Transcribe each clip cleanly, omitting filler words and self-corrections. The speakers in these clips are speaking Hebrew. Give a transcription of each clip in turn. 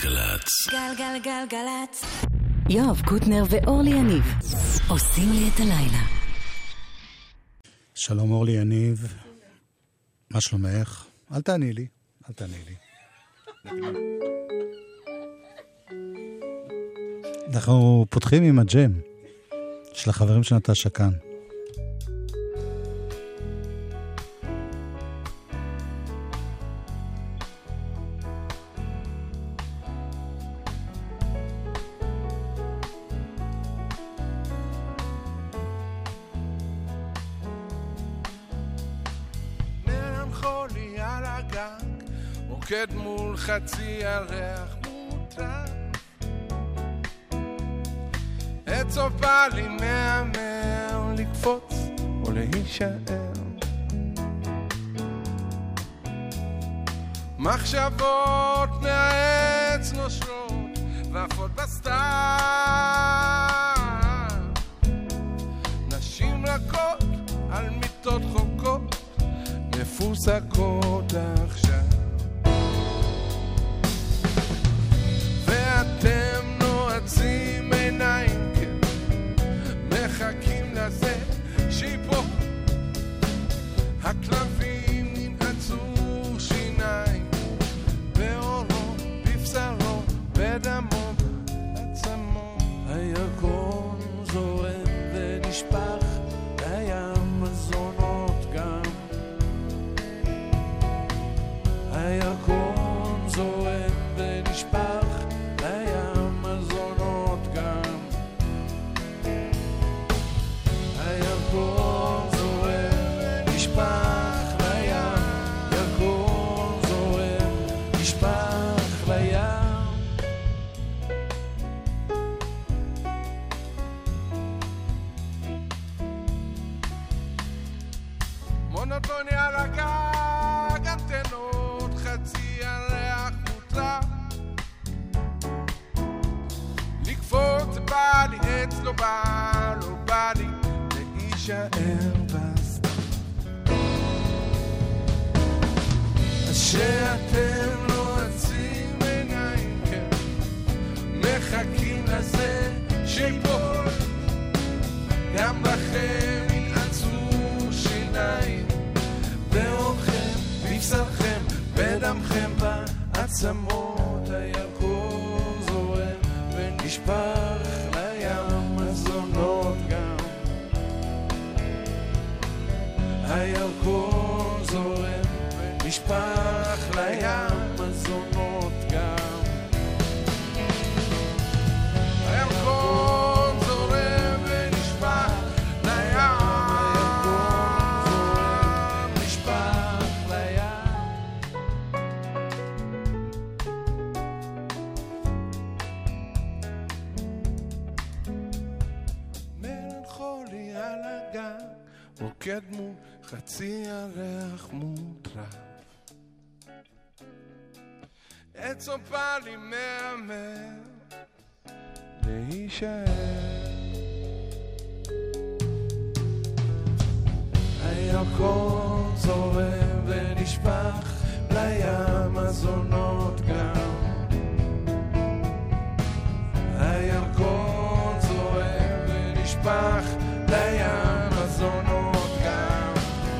גלגלצ. גלגלגלגלצ. יואב קוטנר ואורלי יניב עושים לי את הלילה. שלום אורלי יניב, מה שלומך? אל תעני לי, אל תעני לי. אנחנו פותחים עם הג'ם של החברים של נטשה כאן. רוקד מול חצי ירח מוטרף, את סוף בא לי מהמר לקפוץ או להישאר, מחשבות מהעץ נושרות ועפות בסתיו, נשים רכות על מיטות חוקות מפוסקות עכשיו, ואתם נועצים עיניים כן, מחכים לזה שיפו, הכלבים ננעצו שיניים, באורו, בבשרו, בדמו, בעצמו, הירקון זורם ונשפך לים מזונות גם, הירקון זורם ונשפך לים מזונות גם, הירקון זורם ונשפך לים, ירקון זורם נשפך לים, מונוטוני על הגג, אנטנות חצי ירח מוטרף, לקפוץ בא לי עץ לא בא, לא בא לי להישאר בסתם, אז שאתם נועצים עיניים כן, מחכים לזה שיפול, גם לכם ינעצו שיניים, באורכם, בבשרכם, בדמכם, בעצמות, הירקון זורם ונשפך לים מזונות גם, הירקון זורם ונשפך לים מזונות גם, הירקון זורם ונשפך לים, נשפך לים, מלנכולי על הגג, רוקד מול חצי ירח מוטרף, את סופה לי מהמר להישאר, הירקון זורם ונשפך לים מזונות גם, הירקון זורם ונשפך לים מזונות גם,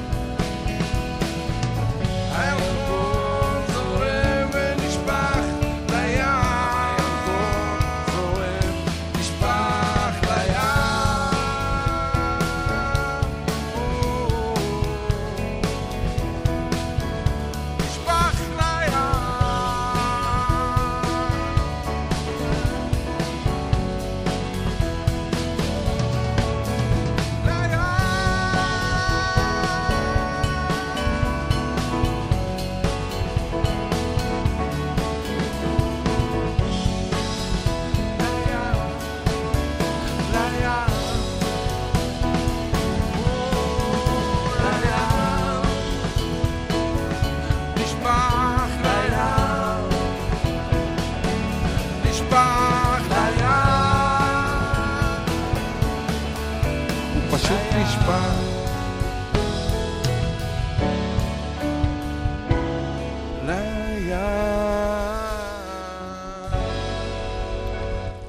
הירקון זורם ונשפך לים, הירקון זורם נשפך לים, נשפך לים, פשוט נשפך לים.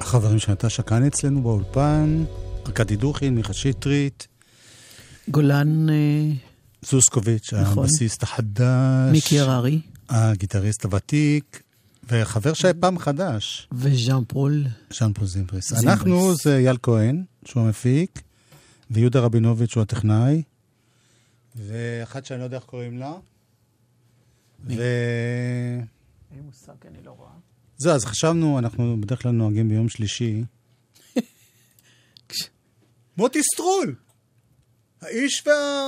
החברים שנתה שקן אצלנו באולפן, ארכדי דוכין, מיכה שטרית, גולן זוסקוביץ', נכון. הבסיסט החדש, מיקי הררי, הגיטריסט הוותיק, וחבר שהיה פעם חדש. וז'אן פול. ז'אן פול זימבריס. אנחנו זה אייל כהן, שהוא המפיק, ויהודה רבינוביץ' שהוא הטכנאי, ואחת שאני לא יודע איך קוראים לה. אין מושג, אני לא רואה. זהו, אז חשבנו, אנחנו בדרך כלל נוהגים ביום שלישי. מוטי סטרול! האיש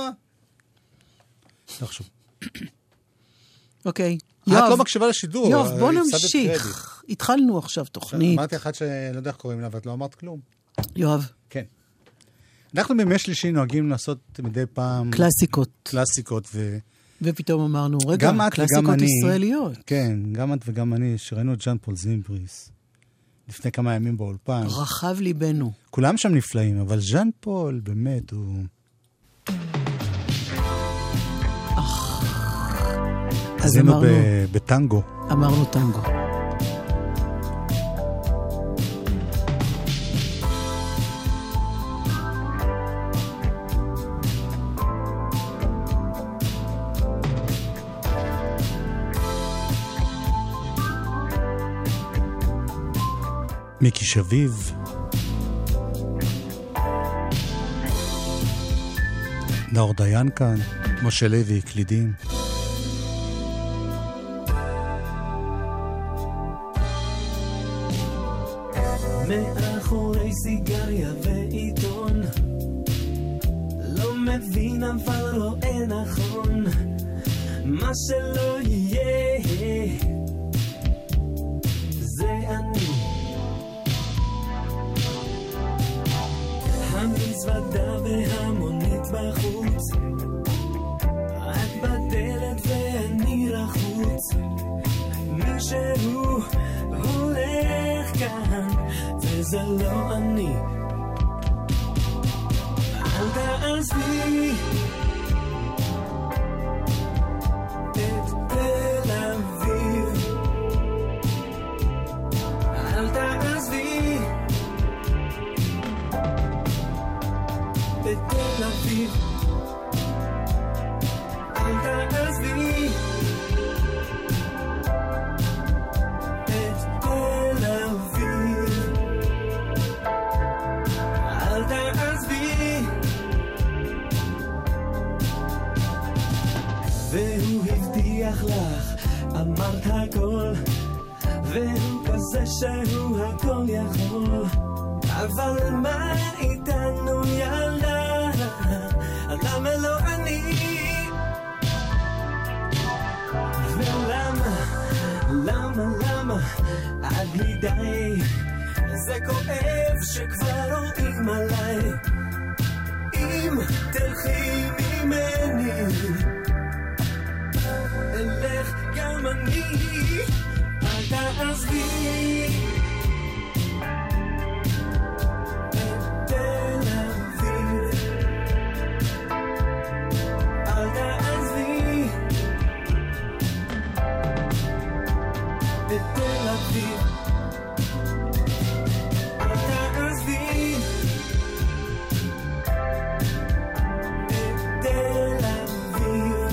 תחשוב. אוקיי. את לא מקשיבה לשידור. יואב, בוא נמשיך. התחלנו עכשיו תוכנית. אמרתי אחת שלא יודע איך קוראים לה, ואת לא אמרת כלום. יואב. כן. אנחנו בימי שלישי נוהגים לעשות מדי פעם... קלאסיקות ופתאום אמרנו, רגע, קלאסיקות ישראליות. כן, גם את וגם אני, שראינו את ז'אן פול זימבריס לפני כמה ימים באולפן. רחב ליבנו. כולם שם נפלאים, אבל ז'אן פול באמת הוא... אז היינו בטנגו. אמרנו טנגו. מיקי שביב, נאור דיין כאן, משה לוי, קלידים. מאחורי סיגריה ועיתון, לא מבין אבל רואה נכון, מה שלא יהיה זה אני. המזוודה והמונית בחוץ, את בדלת ואני רחוץ, מישהו הולך כאן וזה לא אני. אל תעזבי את תל אביב, אל תעזבי את תל אביב, אל תעזבי את תל אביב, אל תעזבי. והוא הבטיח לך, אמרת הכל, והוא כזה שהוא הכל יכול, אבל מה איתנו ילדה, למה לא אני? ולמה עד לי די, זה כואב שכבר רואים עליי, אם תלכי ממני אלך גם אני, אל תעזבי את תל אביב, אל תעזבי את תל אביב, אל תעזבי את תל אביב,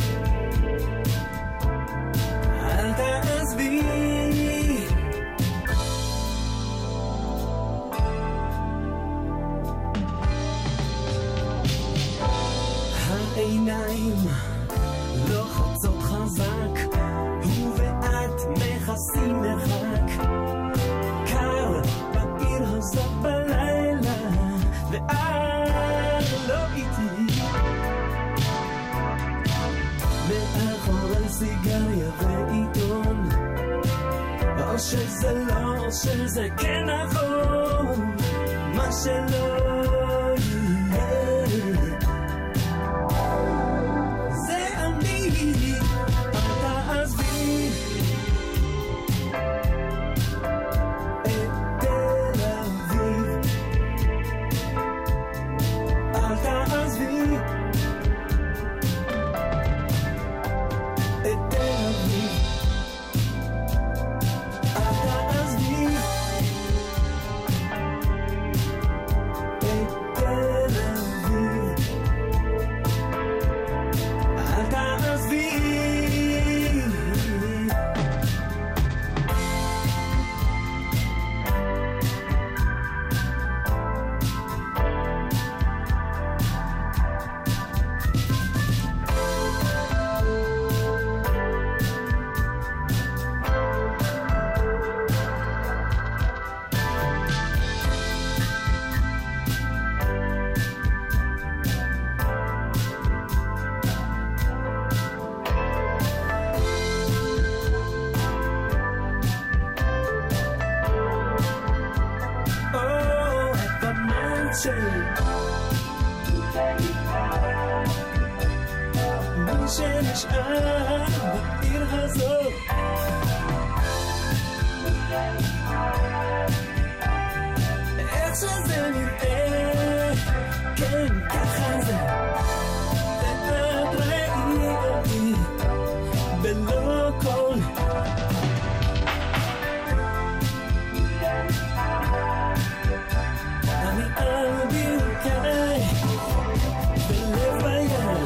אל תעזבי. העיניים לוחצות חזק, הוא ואת מכסים מרחק, קר בעיר הזאת בלילה, ואת לא איתי. מאחורי סיגריה ועיתון, או שזה לא, או שזה כן נכון, מה שלא יהיה זה אני. אל תעזבי את תל אביב, אל תעזבי את תל אביב, אל תעזבי שנשאר בעיר הזאת. איך שזה נראה, כן, ככה זה. ואת ראי אותי בלא קול. אני על ברכיי בלב ביד,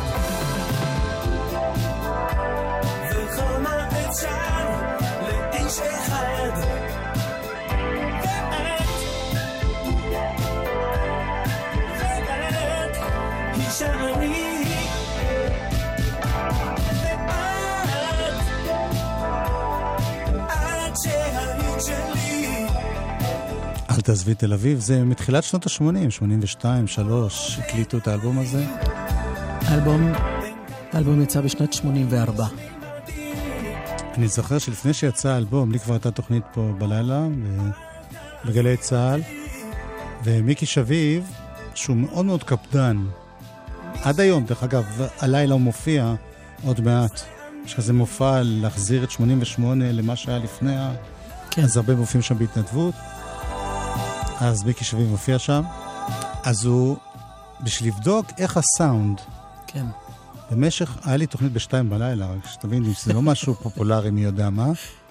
וחומה אפשר לאיש אחד. ואת היא שאני, ואת שהיית שלי. אל תעזבי תל אביב, זה מתחילת שנות ה-80, 82, 3, הקליטו את האלבום הזה. האלבום יצא בשנת 84. אני זוכר שלפני שיצא האלבום, לי כבר הייתה תוכנית פה בלילה, בגלי צהל, ומיקי שביב, שהוא מאוד מאוד קפדן, עד היום, דרך אגב, הלילה הוא מופיע עוד מעט. יש כזה מופע להחזיר את 88 למה שהיה לפני, כן. אז הרבה מופיעים שם בהתנדבות. אז מיקי שביב מופיע שם. אז הוא, בשביל לבדוק איך הסאונד, כן. במשך, היה לי תוכנית ב2 בלילה, רק שתבין לי שזה לא משהו פופולרי מי יודע מה,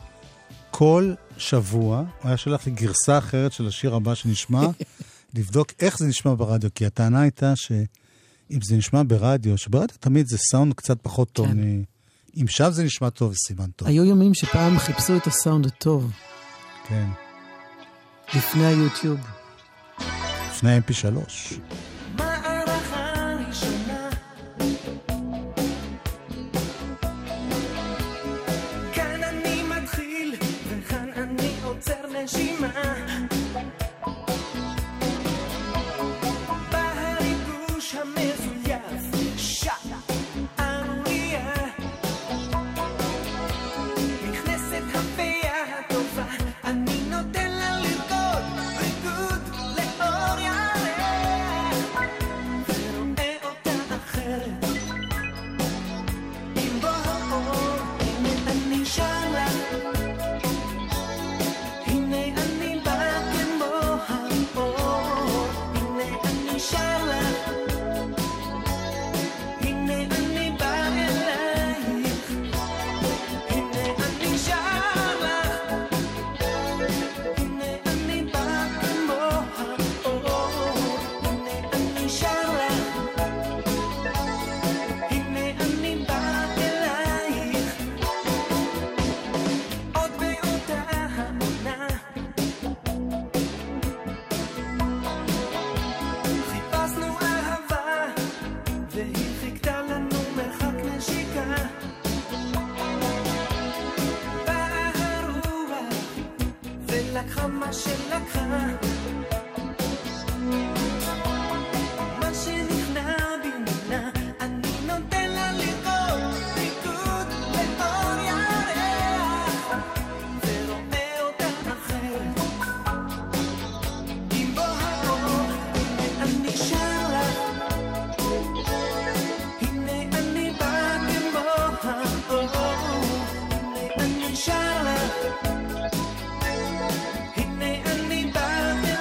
כל שבוע הוא היה שלח לי גרסה אחרת של השיר הבא שנשמע, לבדוק איך זה נשמע ברדיו, כי הטענה הייתה שאם זה נשמע ברדיו, שברדיו תמיד זה סאונד קצת פחות טוב, אם שם זה נשמע טוב, זה סימן טוב. היו ימים שפעם חיפשו את הסאונד הטוב. כן. לפני היוטיוב. לפני MP3. הנה אני בא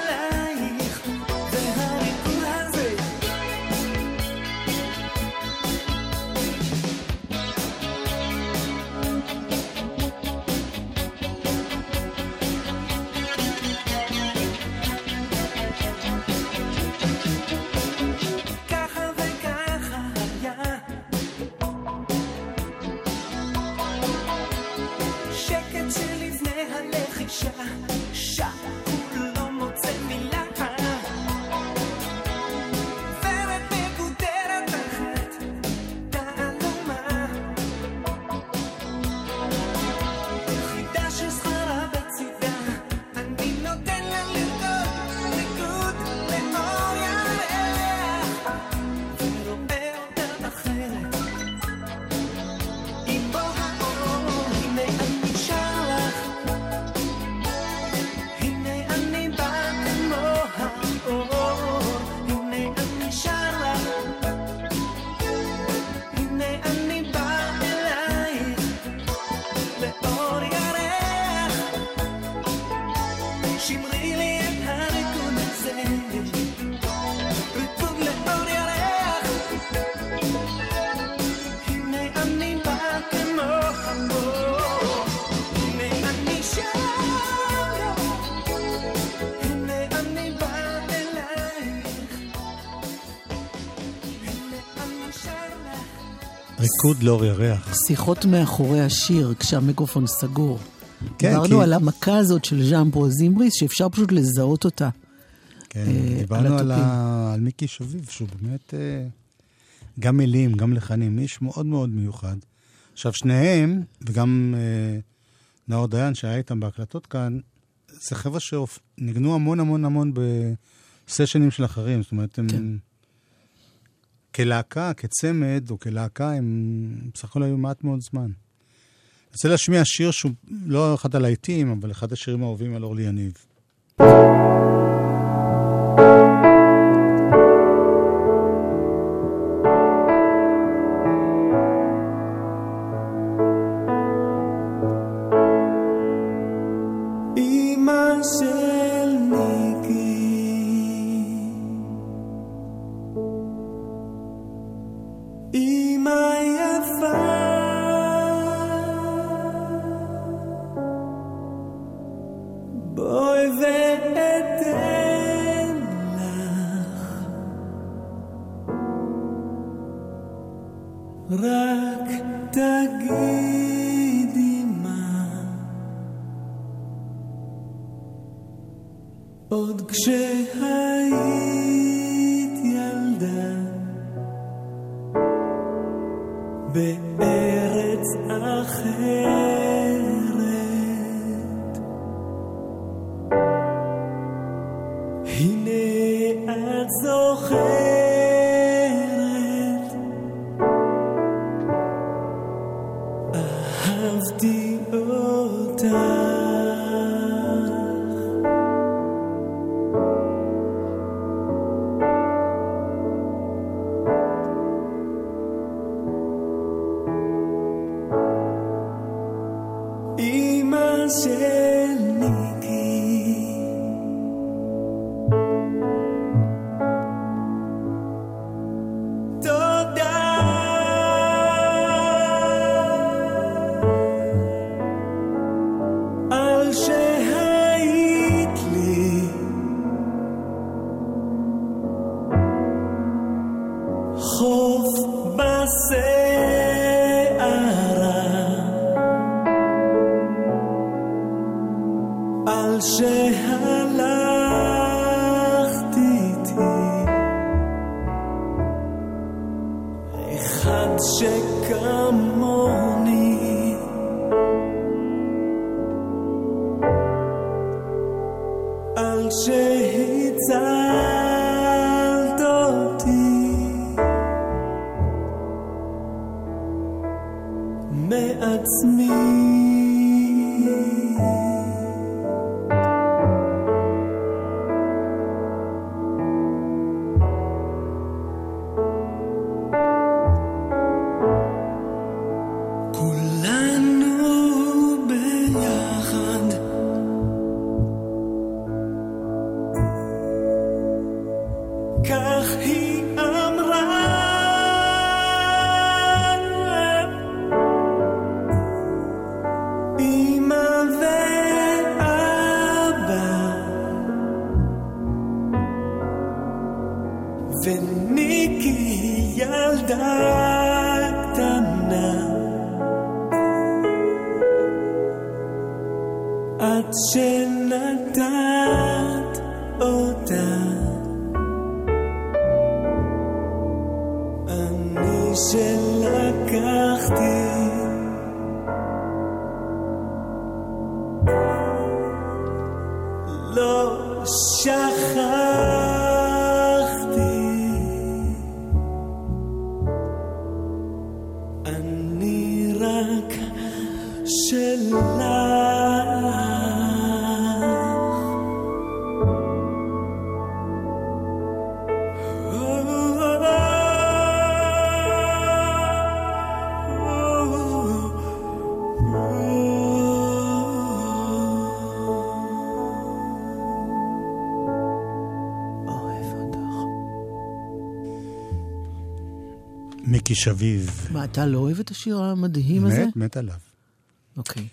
ריקוד לא ירח. שיחות מאחורי השיר, כשהמיקרופון סגור. כן, דיברנו על המכה הזאת של ז'אן פול זימבריס, שאפשר פשוט לזהות אותה. כן, דיברנו על מיקי שביב, שהוא באמת גם מילים, גם לחנים, איש מאוד מאוד מיוחד. עכשיו, שניהם, וגם נאור דיין, שהיה איתם בהקלטות כאן, זה חבר'ה שניגנו המון המון המון בסשנים של אחרים. זאת אומרת, הם כלהקה, כצמד, או כלהקה, הם בסך הכל היו מעט מאוד זמן. אני רוצה להשמיע שיר שהוא לא אחד הלהיטים, אבל אחד השירים האהובים על אורלי יניב. רק תגידי מה עוד כשהיית ילדה בארץ אחרת, הנה את זוכרת אהבתי אותך. אמא של ניקי, תודה על שהיית לי חוף בסערה, על שהלכת איתי אחד שכמוני, על שהצלת אותי מעצמי. כך היא אמרה, אמא ואבא וניקי ילדה קטנה, עד שנתת אותה שלקחתי, לא שכחתי, אני רק שלך. מיקי שביב. מה, אתה לא אוהב את השיר המדהים הזה? מת עליו. אוקיי.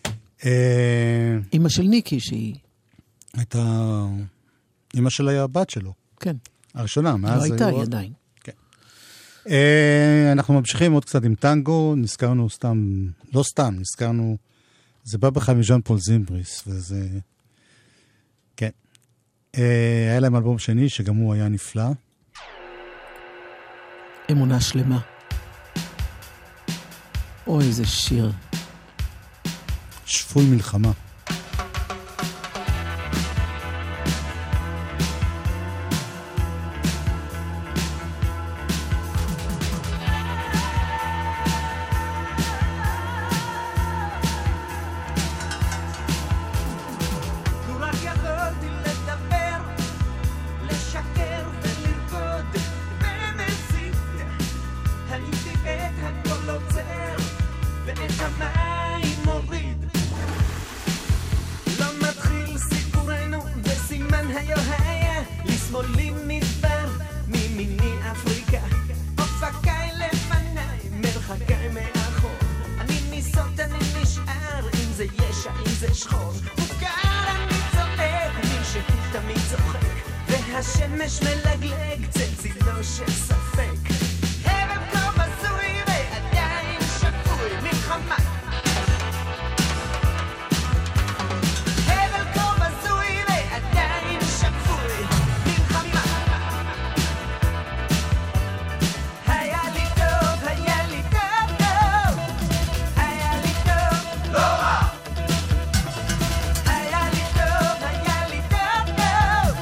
אמא של ניקי שהיא... הייתה... אמא שלה היה הבת שלו. כן. הראשונה, מאז... לא הייתה, היא עדיין. כן. אנחנו ממשיכים עוד קצת עם טנגו, נזכרנו סתם, לא סתם, נזכרנו, זה בא בכלל מז'אן פול זימבריס, וזה, כן. היה להם אלבום שני, שגם הוא היה נפלא. אמונה שלמה. אוי, איזה שיר. שפוי מלחמה. השמש מלגלג צלצילו של ספק הרב טוב עשוי ועדיין שפוי מלחמה הרב טוב עשוי ועדיין שפוי מלחמה היה לי טוב, היה לי טוב טוב היה לי טוב לא רע היה לי טוב, היה לי טוב טוב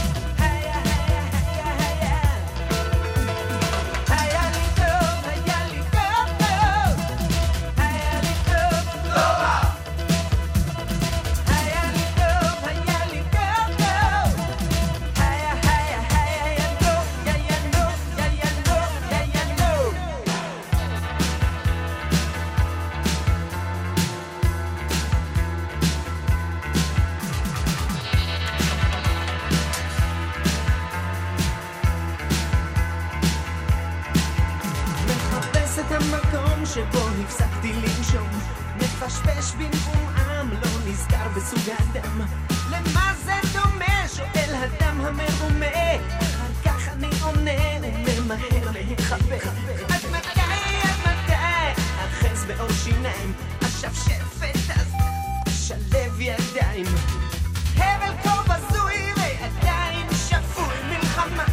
שבו הפסקתי לנשום מפשפש במקומם לא נזכר בסוג הדם למה זה דומה שואל הדם המרומה אחר כך אני עונה וממהר להיחבא עד מתי אחז באור שיניים השפשפת אז שלב ידיים הבל טוב הזוי ועדיין שפוי מלחמה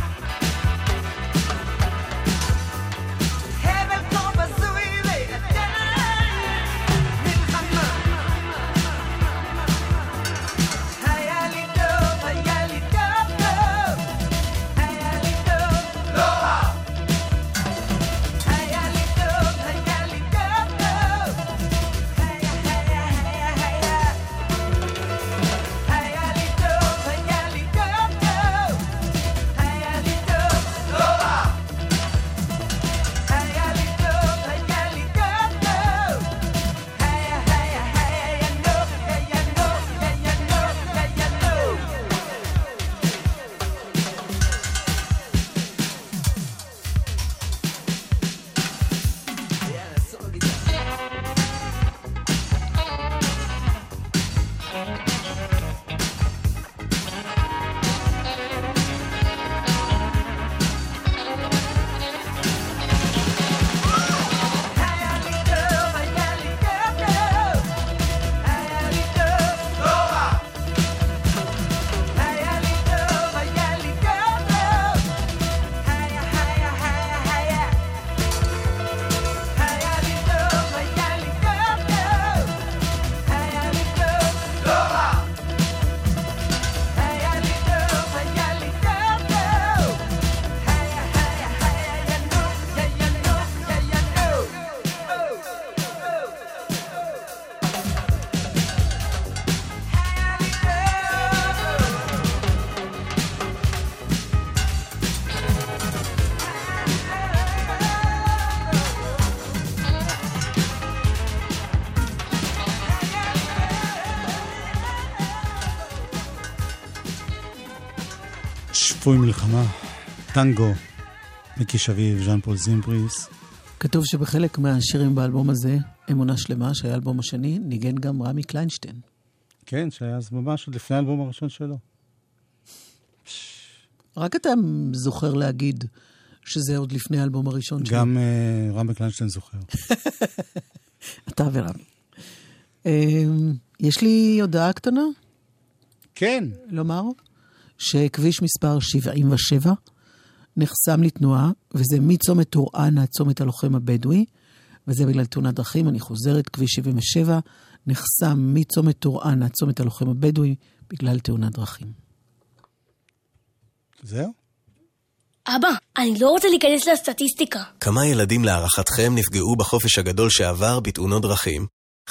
שפוי מלחמה, טנגו, מקיש אביב, ז'אן פול זימבריס. כתוב שבחלק מהשירים באלבום הזה, אמונה שלמה, שהיה האלבום השני, ניגן גם רמי קליינשטיין. כן, שהיה אז ממש עוד לפני האלבום הראשון שלו. רק אתה זוכר להגיד שזה עוד לפני האלבום הראשון שלו. גם רמי קליינשטיין זוכר. אתה ורמי. יש לי הודעה קטנה? כן. לומר שכביש מספר 77 נחסם לתנועה, וזה מצומת טורען עד צומת הלוחם הבדואי, וזה בגלל תאונת דרכים. אני חוזרת, כביש 77 נחסם מצומת טורען עד צומת הלוחם הבדואי, בגלל תאונת דרכים. זהו? אבא, אני לא רוצה להיכנס לסטטיסטיקה. כמה ילדים להערכתכם נפגעו בחופש הגדול שעבר בתאונות דרכים?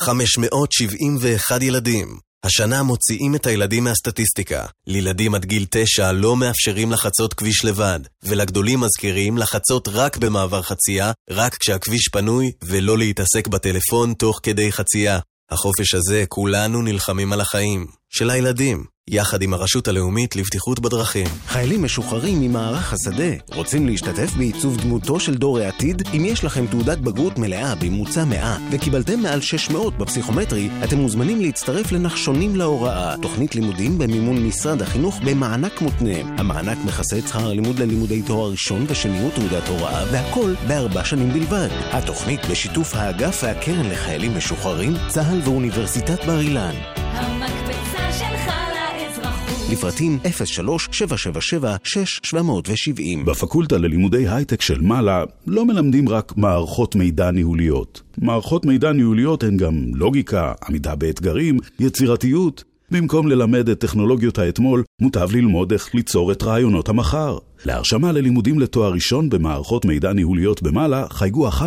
571 ילדים. השנה מוציאים את הילדים מהסטטיסטיקה. לילדים עד גיל 9 לא מאפשרים לחצות כביש לבד, ולגדולים מזכירים לחצות רק במעבר חצייה, רק כשהכביש פנוי, ולא להתעסק בטלפון תוך כדי חצייה. החופש הזה כולנו נלחמים על החיים. של הילדים, יחד עם הרשות הלאומית לבטיחות בדרכים. חיילים משוחררים ממערך השדה רוצים להשתתף בעיצוב דמותו של דור העתיד? אם יש לכם תעודת בגרות מלאה בממוצע 100 וקיבלתם מעל 600 בפסיכומטרי, אתם מוזמנים להצטרף לנחשונים להוראה, תוכנית לימודים במימון משרד החינוך במענק מותנה. המענק מכסה את שכר הלימוד ללימודי תואר ראשון ושניות תעודת הוראה, והכל ב4 שנים בלבד. התוכנית בשיתוף האגף והקרן לחיילים משוחררים, צה"ל ואוניברסיטת בר אילן. המקפצה שלך לאזרחות. לפרטים 03-777-6770. בפקולטה ללימודי הייטק של מעלה לא מלמדים רק מערכות מידע ניהוליות. מערכות מידע ניהוליות הן גם לוגיקה, עמידה באתגרים, יצירתיות. במקום ללמד את טכנולוגיות האתמול, מוטב ללמוד איך ליצור את רעיונות המחר. להרשמה ללימודים לתואר ראשון במערכות מידע ניהוליות במעלה, חייגו 1-800-40-40-90.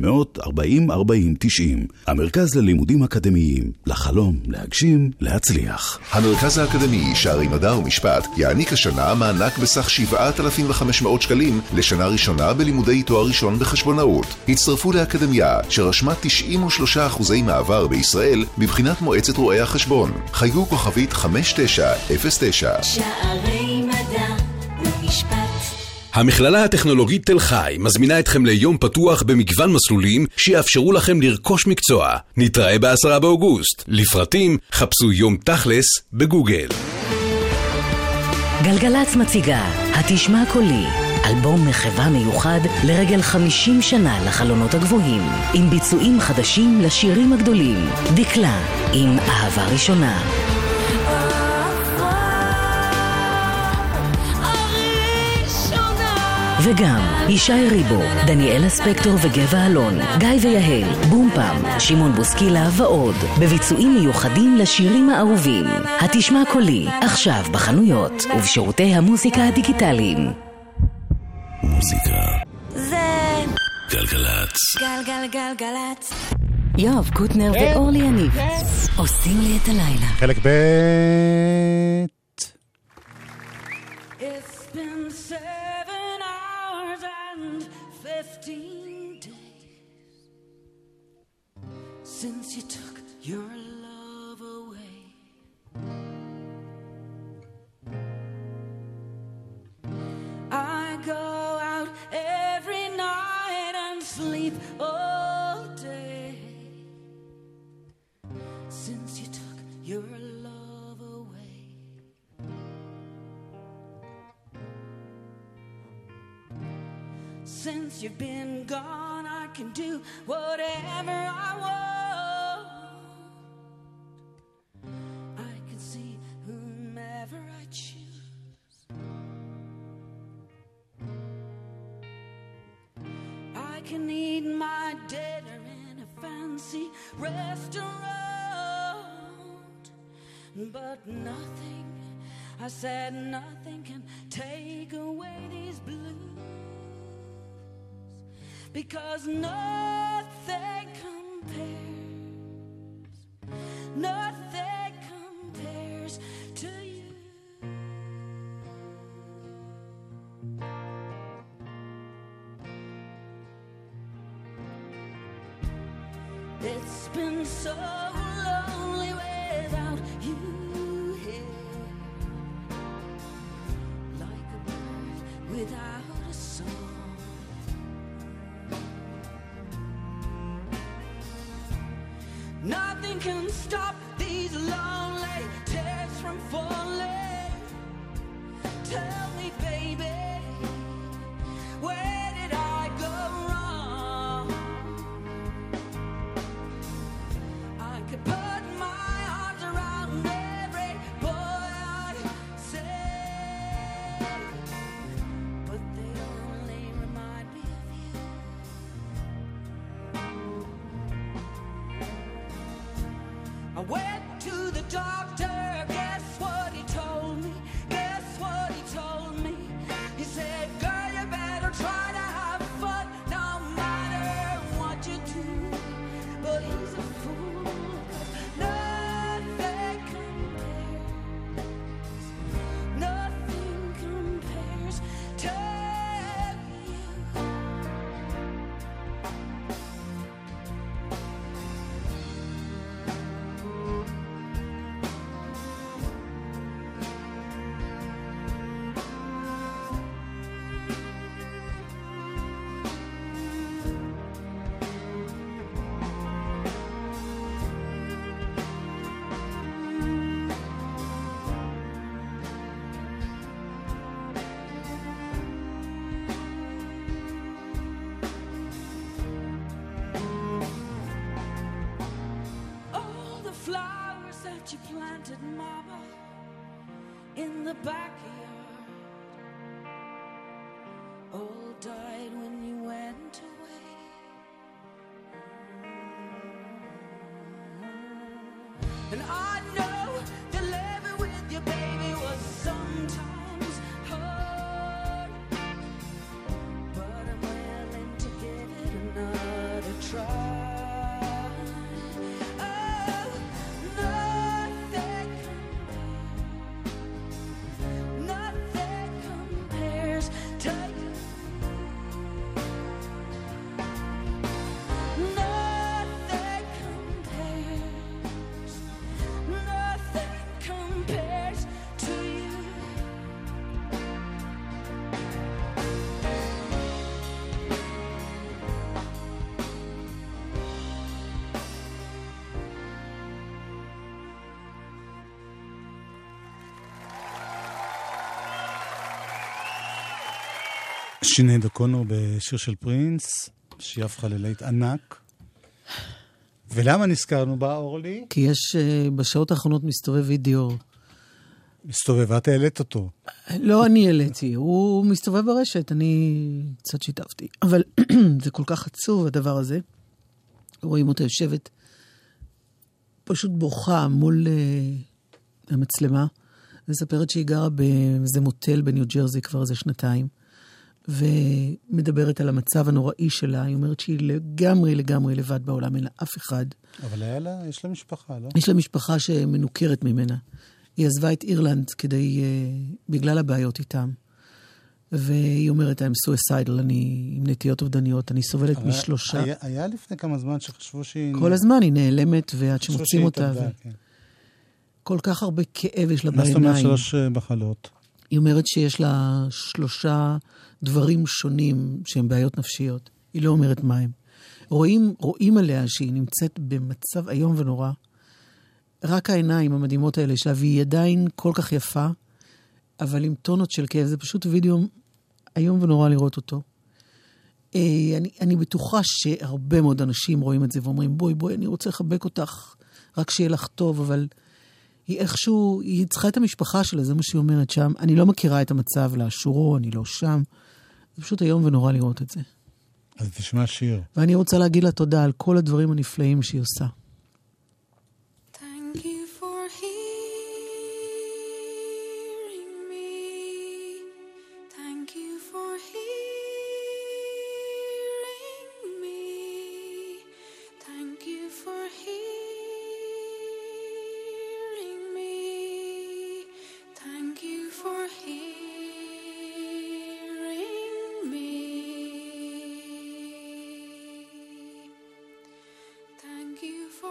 המרכז ללימודים אקדמיים, לחלום, להגשים, להצליח. המרכז האקדמי שערי מדע ומשפט יעניק השנה מענק בסך 7,500 שקלים לשנה ראשונה בלימודי תואר ראשון בחשבונאות. הצטרפו לאקדמיה שרשמה 93% מעבר בישראל בבחינת מועצת רואי החשבון. חייגו כוכבית 5909. שערי מדע ומשפט. המכללה הטכנולוגית תל חי מזמינה אתכם ליום פתוח במגוון מסלולים שיאפשרו לכם לרכוש מקצוע. נתראה ב10 באוגוסט. לפרטים חפשו יום תכלס בגוגל. גלגלץ מציגה התשמע קולי, אלבום מחווה מיוחד לרגל 50 שנה לחלונות הגבוהים, עם ביצועים חדשים לשירים הגדולים. דקלה עם אהבה ראשונה, וגם ישי ריבו, דניאל אספקטור וגבע אלון, גיא ויהל, בומפם, שמעון בוסקילה ועוד, בביצועים מיוחדים לשירים האהובים. התשמע קולי, עכשיו בחנויות ובשירותי המוזיקה הדיגיטליים. מוזיקה זה גלגלץ. גלגלגלגלץ. יואב קוטנר ואורלי יניב עושים לי את הלילה. חלק ב'. It's been 7 hours and 15 days since you took your love away. I go out every night and sleep all day since you took your love away. Since you've been gone, I can do whatever I want. I can see whomever I choose. I can eat my dinner in a fancy restaurant, but nothing, I said nothing can take away these blues. Because nothing compares to you. It's been so lonely without you here, like a bird without a song. Nothing can stop these lonely tears from falling. Tell me, baby, where in the backyard. All died when you went away. And I know that living with your baby was sometimes hard, but I'm willing to give it another try. שינייד אוקונור בשיר של פרינס, שהיא הפכה ללהיט ענק. ולמה נזכרנו בה, אורלי? כי יש בשעות האחרונות מסתובב וידאו. מסתובב, את העלית אותו. לא אני העליתי, הוא מסתובב ברשת, אני קצת שיתפתי. אבל זה כל כך עצוב הדבר הזה. רואים אותה יושבת, פשוט בוכה מול המצלמה, מספרת שהיא גרה באיזה מוטל בניו ג'רזי כבר איזה שנתיים. ומדברת על המצב הנוראי שלה, היא אומרת שהיא לגמרי לבד בעולם, אין לה אף אחד. אבל יש לה משפחה, לא? יש לה משפחה שמנוכרת ממנה. היא עזבה את אירלנד בגלל הבעיות איתם. והיא אומרת, I'm suicidal, אני עם נטיות אובדניות, אני סובלת משלושה. היה לפני כמה זמן שחשבו שהיא... כל הזמן היא נעלמת, ועד שמוצאים אותה. כל כך הרבה כאב יש לה בעיניים. מה זאת אומרת 3 מחלות? היא אומרת שיש לה 3 דברים שונים שהם בעיות נפשיות. היא לא אומרת מה הם. רואים עליה שהיא נמצאת במצב היום ונורא. רק העיניים המדהימות האלה שלה, והיא עדיין כל כך יפה, אבל עם טונות של כאב. זה פשוט וידאו היום ונורא לראות אותו. אני בטוחה שהרבה מאוד אנשים רואים את זה ואומרים, בואי, אני רוצה לחבק אותך, רק שיהיה לך טוב, אבל... היא איכשהו, היא צריכה את המשפחה שלה, זה מה שהיא אומרת שם. אני לא מכירה את המצב לאשורו, אני לא שם. זה פשוט היום ונורא לראות את זה. אז תשמע שיר. ואני רוצה להגיד לה תודה על כל הדברים הנפלאים שהיא עושה. Thank you for hearing me. Thank you for hearing me. Thank you for hearing me. Thank you for hearing me. Thank you for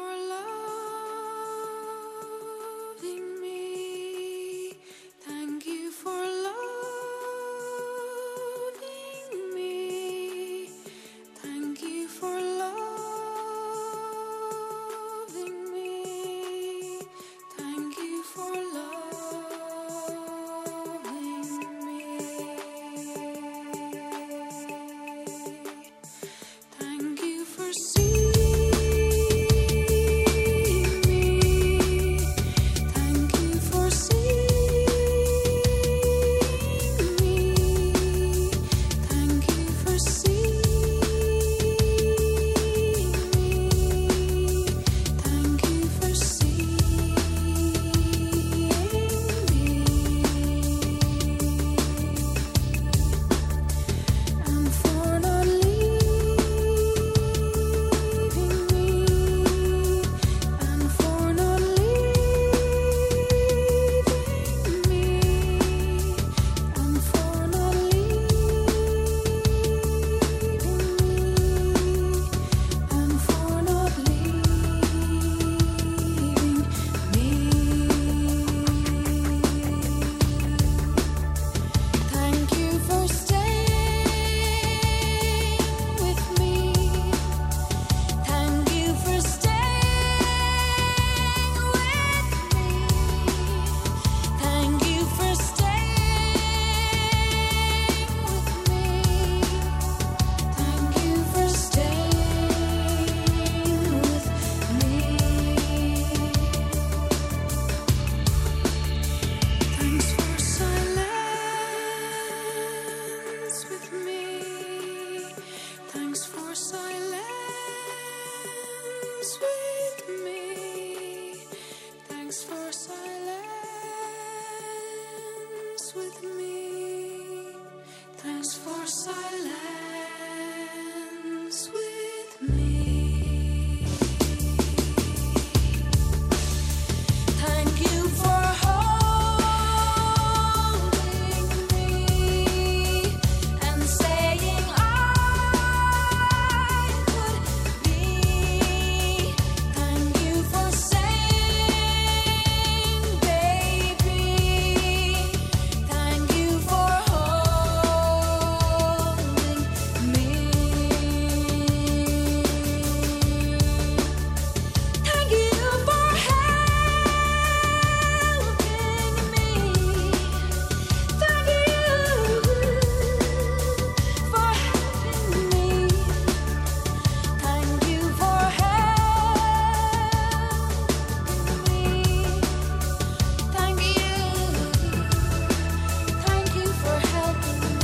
silence with me. Thanks for silence with me. Thanks for silence with me. Thank you for holding me and saying I could be. Thank you for saying, baby. Thank you for holding me. Thank you for helping me. Thank you for helping me. Thank you for helping me. Thank you for helping me.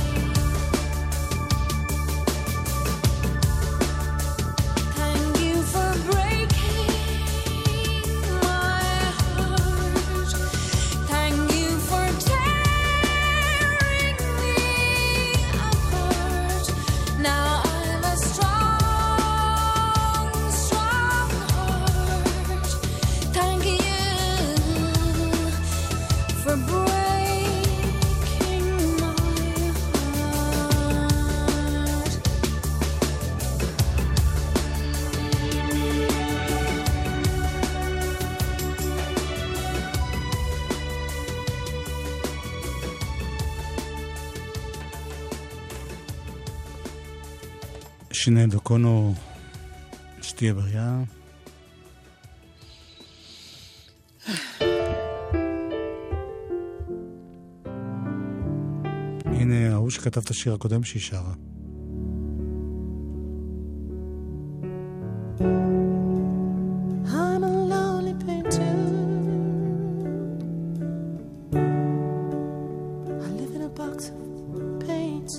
Thank you for breaking my heart. Thank you for tearing me apart. Now I'm a strong, strong heart. Thank you for breaking my heart. שינד אוקונו, שתהיה בריאה. הנה ההוא שכתב את השיר הקודם שהיא שרה. I'm a lonely painter. I live in a box of paints.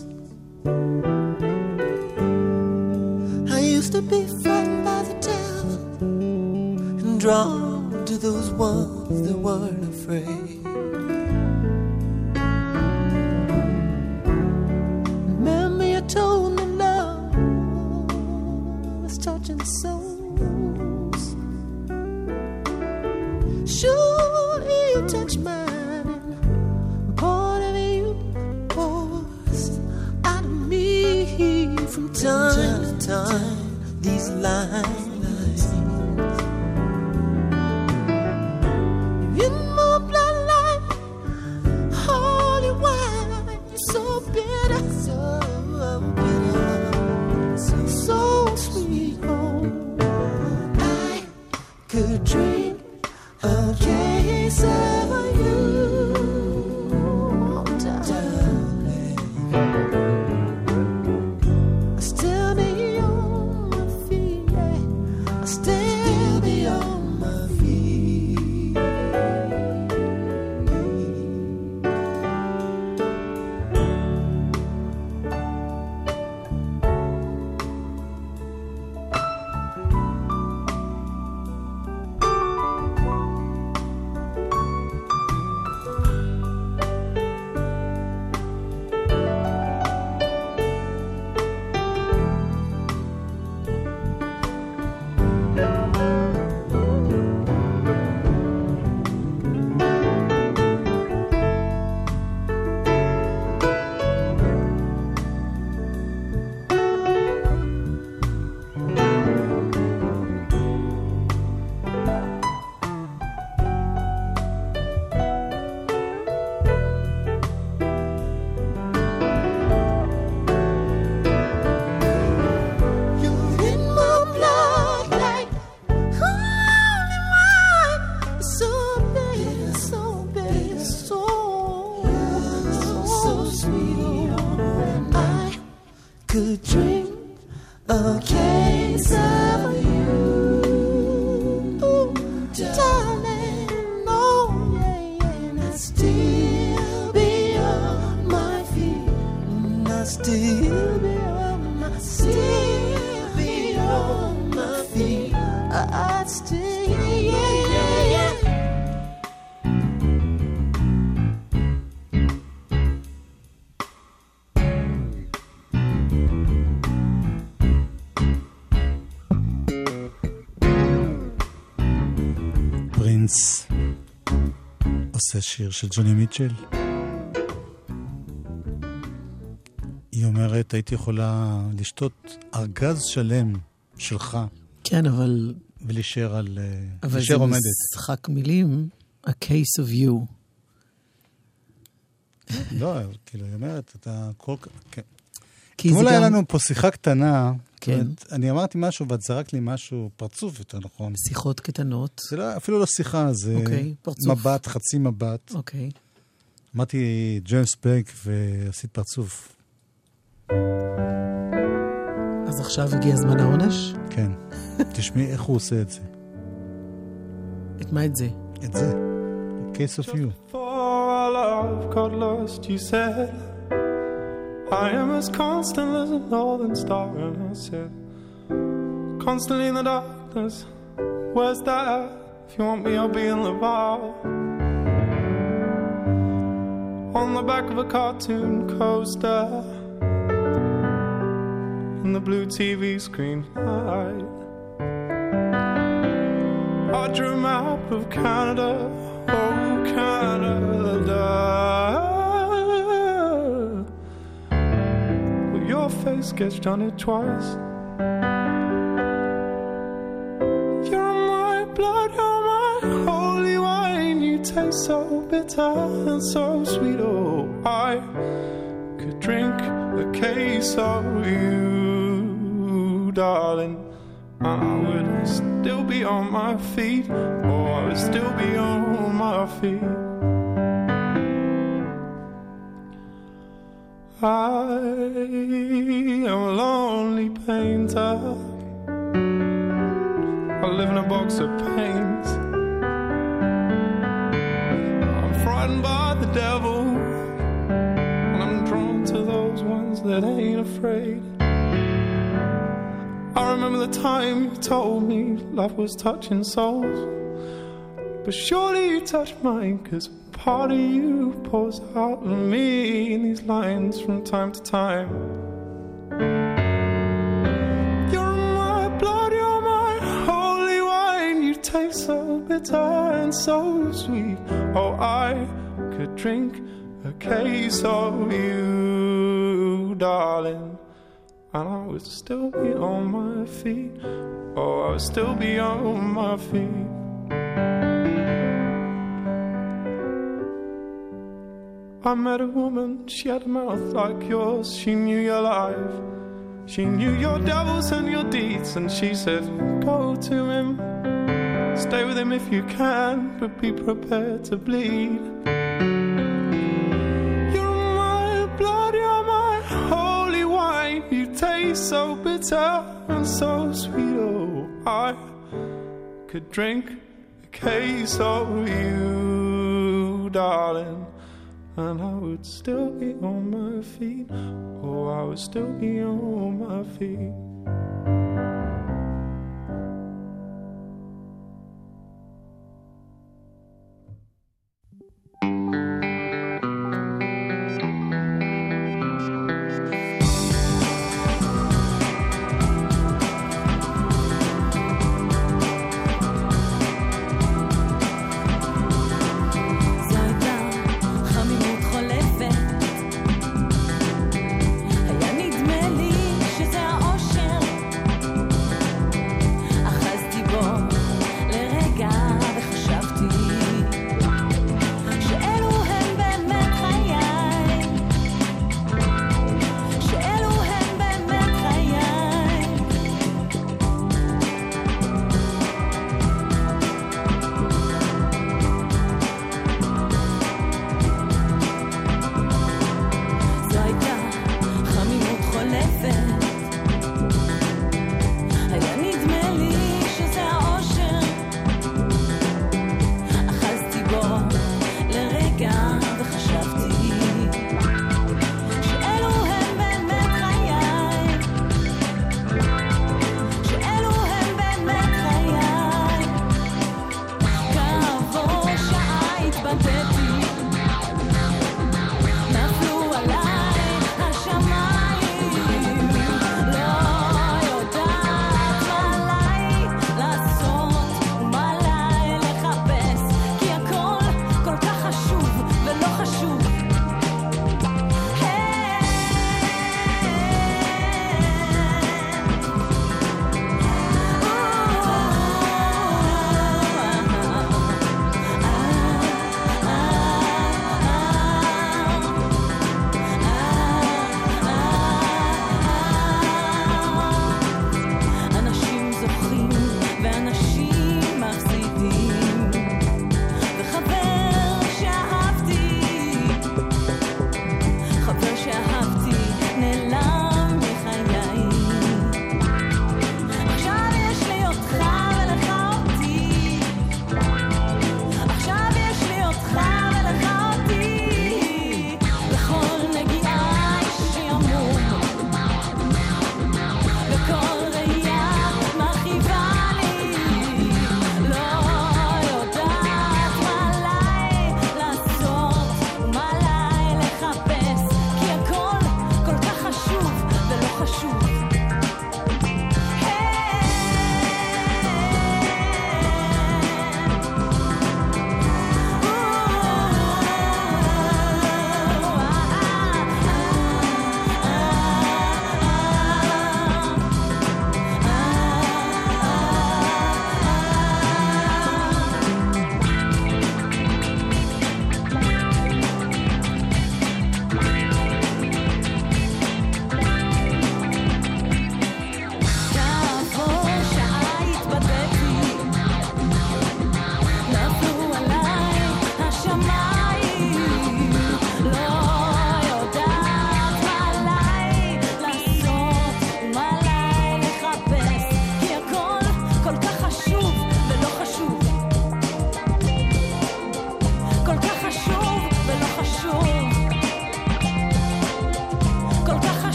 I used to be frightened by the devil and drawn to those ones that weren't afraid. Remember you told me love was touching souls. Should he touch mine? Part of you pours out of me from time to time. These lines in my bloodline, holy wine, so bitter, so bitter, so sweet. Oh, I could drink a case of you, darling. I still be on my feet, yeah. I still be on my feet. could drink a case of you, darling. Oh yeah, yeah, and I'd still be on my feet, and I'd still be on my, still hearts to yeah. פרינס עושה שיר של ג'וני מיטשל. היא אומרת, הייתי יכולה לשתות ארגז שלם שלך. כן, אבל... ולהישאר על... אבל להישאר זה עומדת. משחק מילים, a case of you. לא, כאילו, היא אומרת, אתה כל כך... כן. כי אתמול זה היה גם... לנו פה שיחה קטנה. כן. אומרת, אני אמרתי משהו ואת זרק לי משהו, פרצוף יותר נכון. שיחות קטנות. זה לא, אפילו לא שיחה, זה אוקיי, פרצוף. מבט, חצי מבט. אוקיי. אמרתי ג'יימס בק ועשית פרצוף. אז עכשיו הגיע זמן העונש? כן. תשמעי איך הוא עושה את זה. את מה את זה? את זה. Case of you. Before our love got lost, you said I am as constant as a northern star. And I said, constantly in the darkness, where's that? If you want me, I'll be in the bar. On the back of a cartoon coaster, in the blue TV screen light, I drew a map of Canada, oh Canada, with your face sketched on it twice. You're my blood, you're my holy wine. You taste so bitter and so sweet. Oh, I could drink a case of you, darling. I would still be on my feet. Oh, I would still be on my feet. I am a lonely painter. I live in a box of paints. I'm frightened by the devil, and I'm drawn to those ones that ain't afraid. I remember the time you told me love was touching souls, but surely you touched mine, 'cause part of you pours out of me in these lines from time to time. You're my blood, you're my holy wine. You taste so bitter and so sweet. Oh, I could drink a case of you, darling, and I would still be on my feet. Oh, I would still be on my feet. I met a woman, she had a mouth like yours. She knew your life, she knew your devils and your deeds. And she said, go to him, stay with him if you can, but be prepared to bleed. You're my blood, you're my holy wine. You taste so bitter and so sweet. Oh, I could drink a case of you, darling, and I would still be on my feet. Oh, I would still be on my feet. היה נדמה לי שזה האושר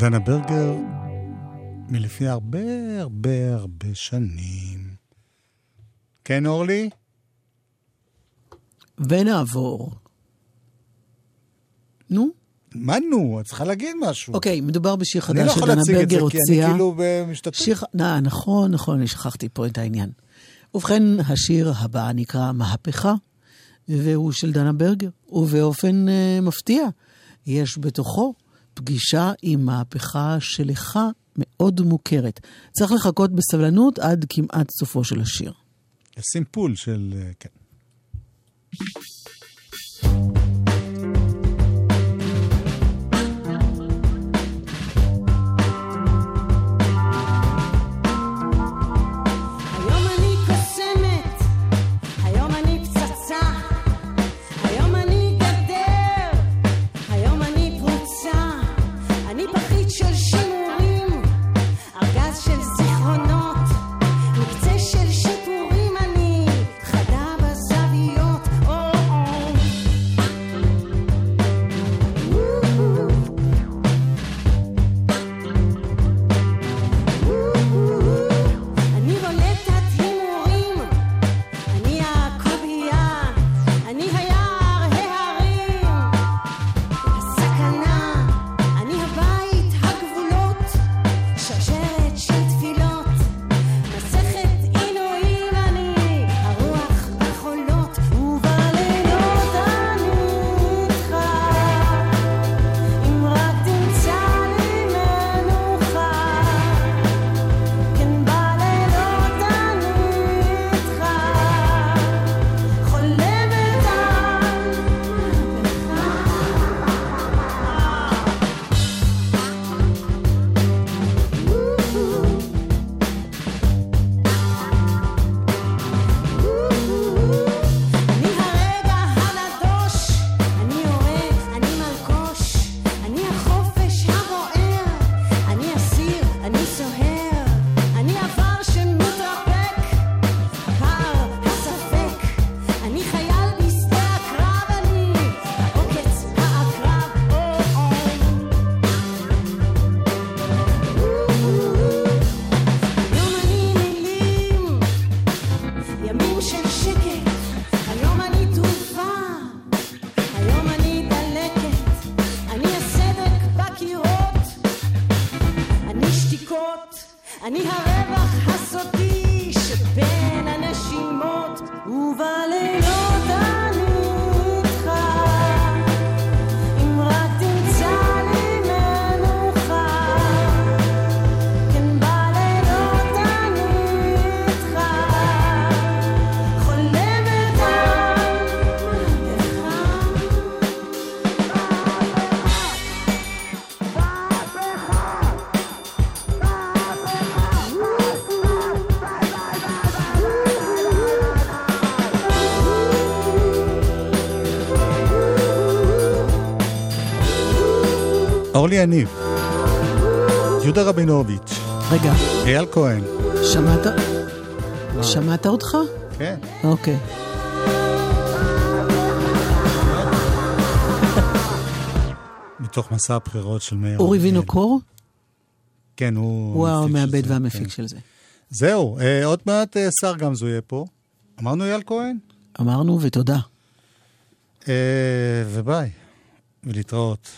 דנה ברגר, מלפני הרבה הרבה הרבה שנים. כן, אורלי? ונעבור. נו? מה נו? את צריכה להגיד משהו. אוקיי, מדובר בשיר חדש אני לא יכול להציג את זה, כי אני כאילו משתתף. נכון, אני שכחתי פה את העניין. ובכן, השיר הבא נקרא מהפכה, והוא של דנה ברגר, ובאופן מפתיע, יש בתוכו פגישה עם מהפכה שלך מאוד מוכרת. צריך לחכות בסבלנות עד כמעט סופו של השיר. סימפול של... כן. אני הרווח הסודי שבין הנשימות ובלילות אני איתך אם רק תמצא לי מנוחה כן בלילות אני איתך חולמת אורלי יניב, יהודה רבינוביץ', רגע, אייל כהן. שמעת אותך? כן. אוקיי. מתוך מסע הבחירות של מאיר. אורי וינוקור? כן, הוא המעבד והמפיק של זה. זהו, עוד מעט שר גמזו יהיה פה. אמרנו אייל כהן? אמרנו ותודה. וביי, ולהתראות.